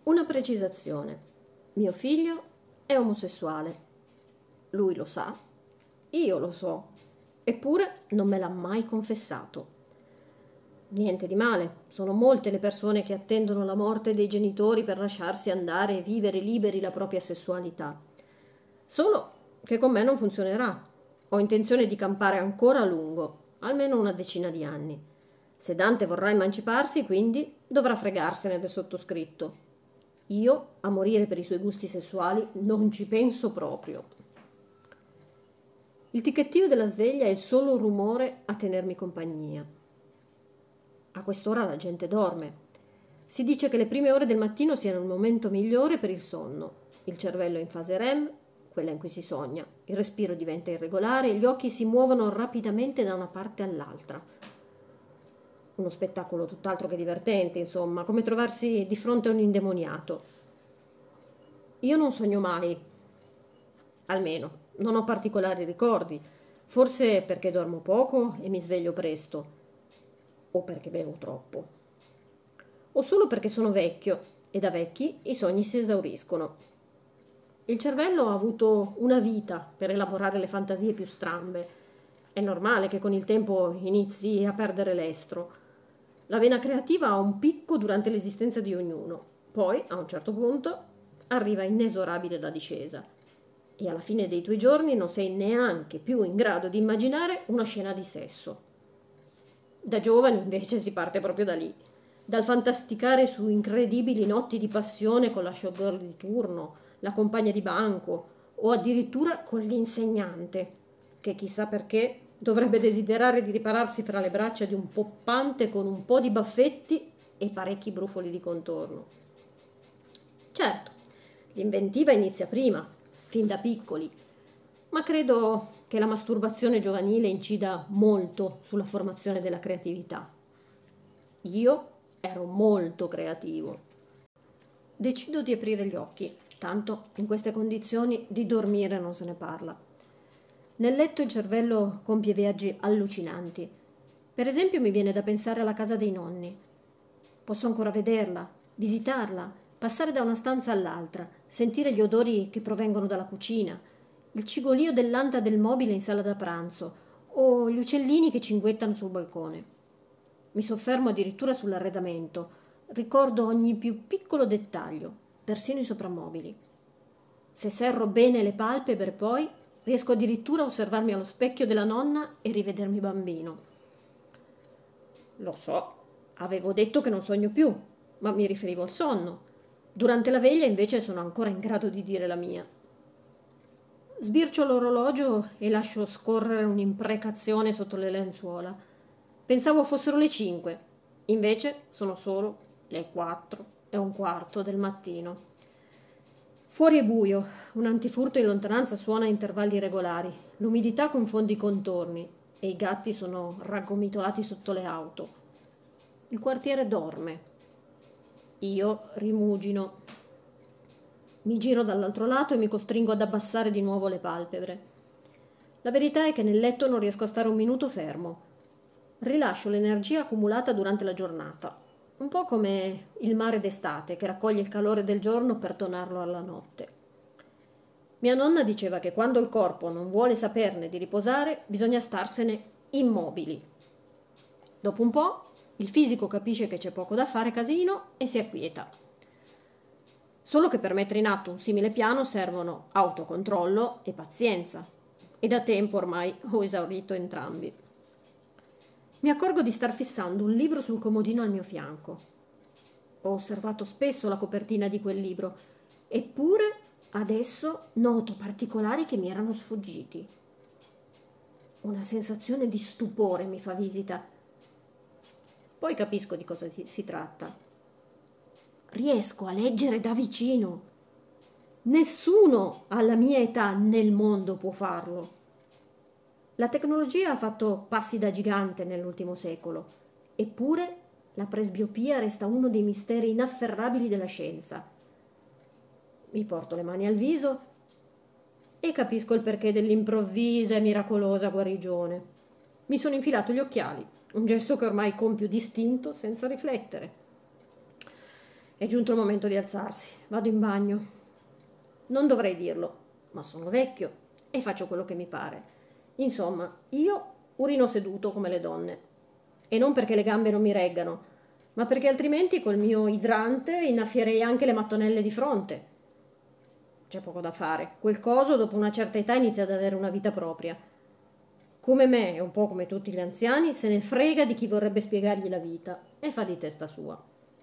Una precisazione. Mio figlio è omosessuale. Lui lo sa, io lo so, eppure non me l'ha mai confessato. Niente di male, sono molte le persone che attendono la morte dei genitori per lasciarsi andare e vivere liberi la propria sessualità. Solo che con me non funzionerà. Ho intenzione di campare ancora a lungo, almeno una decina di anni. Se Dante vorrà emanciparsi, quindi, dovrà fregarsene del sottoscritto. Io, a morire per i suoi gusti sessuali, non ci penso proprio. Il ticchettio della sveglia è il solo rumore a tenermi compagnia. A quest'ora la gente dorme. Si dice che le prime ore del mattino siano il momento migliore per il sonno. Il cervello è in fase REM, quella in cui si sogna. Il respiro diventa irregolare e gli occhi si muovono rapidamente da una parte all'altra. Uno spettacolo tutt'altro che divertente, insomma, come trovarsi di fronte a un indemoniato. Io non sogno mai, almeno, non ho particolari ricordi, forse perché dormo poco e mi sveglio presto, o perché bevo troppo, o solo perché sono vecchio e da vecchi i sogni si esauriscono. Il cervello ha avuto una vita per elaborare le fantasie più strambe. È normale che con il tempo inizi a perdere l'estro. La vena creativa ha un picco durante l'esistenza di ognuno, poi, a un certo punto, arriva inesorabile la discesa. E alla fine dei tuoi giorni non sei neanche più in grado di immaginare una scena di sesso. Da giovani, invece, si parte proprio da lì, dal fantasticare su incredibili notti di passione con la showgirl di turno, la compagna di banco o addirittura con l'insegnante, che chissà perché dovrebbe desiderare di ripararsi fra le braccia di un poppante con un po' di baffetti e parecchi brufoli di contorno. Certo, l'inventiva inizia prima, fin da piccoli, ma credo che la masturbazione giovanile incida molto sulla formazione della creatività. Io ero molto creativo. Decido di aprire gli occhi, tanto in queste condizioni di dormire non se ne parla. Nel letto il cervello compie viaggi allucinanti. Per esempio mi viene da pensare alla casa dei nonni. Posso ancora vederla, visitarla, passare da una stanza all'altra, sentire gli odori che provengono dalla cucina, il cigolio dell'anta del mobile in sala da pranzo o gli uccellini che cinguettano sul balcone. Mi soffermo addirittura sull'arredamento, ricordo ogni più piccolo dettaglio, persino i soprammobili. Se serro bene le palpebre poi riesco addirittura a osservarmi allo specchio della nonna e rivedermi bambino. Lo so, avevo detto che non sogno più, ma mi riferivo al sonno. Durante la veglia invece sono ancora in grado di dire la mia. Sbircio l'orologio e lascio scorrere un'imprecazione sotto le lenzuola. Pensavo fossero le 5, invece sono solo le 4:15 del mattino. Fuori è buio, un antifurto in lontananza suona a intervalli regolari, l'umidità confonde i contorni e i gatti sono raggomitolati sotto le auto. Il quartiere dorme. Io rimugino. Mi giro dall'altro lato e mi costringo ad abbassare di nuovo le palpebre. La verità è che nel letto non riesco a stare un minuto fermo. Rilascio l'energia accumulata durante la giornata, un po' come il mare d'estate che raccoglie il calore del giorno per donarlo alla notte. Mia nonna diceva che quando il corpo non vuole saperne di riposare, bisogna starsene immobili. Dopo un po', il fisico capisce che c'è poco da fare casino e si acquieta. Solo che per mettere in atto un simile piano servono autocontrollo e pazienza, e da tempo ormai ho esaurito entrambi. Mi accorgo di star fissando un libro sul comodino al mio fianco. Ho osservato spesso la copertina di quel libro, eppure adesso noto particolari che mi erano sfuggiti. Una sensazione di stupore mi fa visita. Poi capisco di cosa si tratta. Riesco a leggere da vicino. Nessuno alla mia età nel mondo può farlo. La tecnologia ha fatto passi da gigante nell'ultimo secolo, eppure la presbiopia resta uno dei misteri inafferrabili della scienza. Mi porto le mani al viso e capisco il perché dell'improvvisa e miracolosa guarigione. Mi sono infilato gli occhiali, un gesto che ormai compio distinto senza riflettere. È giunto il momento di alzarsi. Vado in bagno. Non dovrei dirlo, ma sono vecchio e faccio quello che mi pare. Insomma, io urino seduto come le donne. E non perché le gambe non mi reggano, ma perché altrimenti col mio idrante innaffierei anche le mattonelle di fronte. C'è poco da fare. Quel coso dopo una certa età inizia ad avere una vita propria. Come me, e un po' come tutti gli anziani, se ne frega di chi vorrebbe spiegargli la vita e fa di testa sua.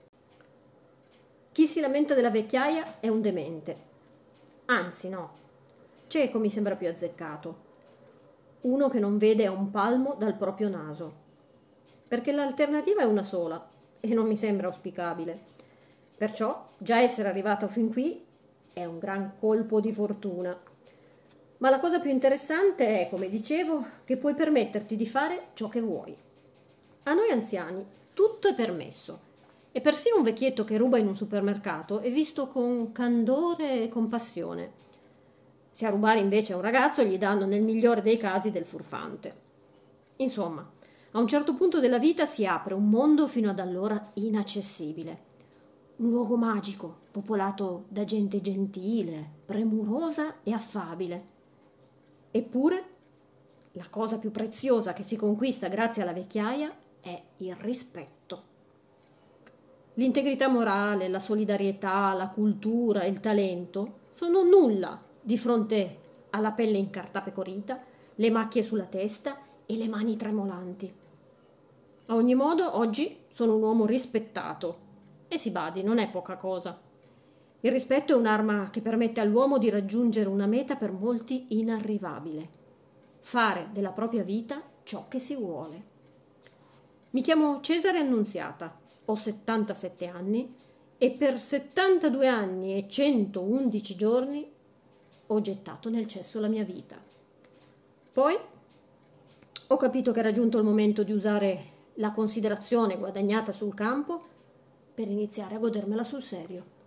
Chi si lamenta della vecchiaia è un demente. Anzi, no. Cieco mi sembra più azzeccato. Uno che non vede a un palmo dal proprio naso. Perché l'alternativa è una sola e non mi sembra auspicabile. Perciò già essere arrivato fin qui è un gran colpo di fortuna. Ma la cosa più interessante è, come dicevo, che puoi permetterti di fare ciò che vuoi. A noi anziani tutto è permesso e persino un vecchietto che ruba in un supermercato è visto con candore e compassione. Se a rubare invece a un ragazzo gli danno nel migliore dei casi del furfante. Insomma, a un certo punto della vita si apre un mondo fino ad allora inaccessibile. Un luogo magico, popolato da gente gentile, premurosa e affabile. Eppure, la cosa più preziosa che si conquista grazie alla vecchiaia è il rispetto. L'integrità morale, la solidarietà, la cultura, il talento sono nulla di fronte alla pelle incartapecorita, le macchie sulla testa e le mani tremolanti. A ogni modo, oggi sono un uomo rispettato e si badi, non è poca cosa. Il rispetto è un'arma che permette all'uomo di raggiungere una meta per molti inarrivabile: fare della propria vita ciò che si vuole. Mi chiamo Cesare Annunziata, ho 77 anni e per 72 anni e 111 giorni ho gettato nel cesso la mia vita. Poi ho capito che era giunto il momento di usare la considerazione guadagnata sul campo per iniziare a godermela sul serio.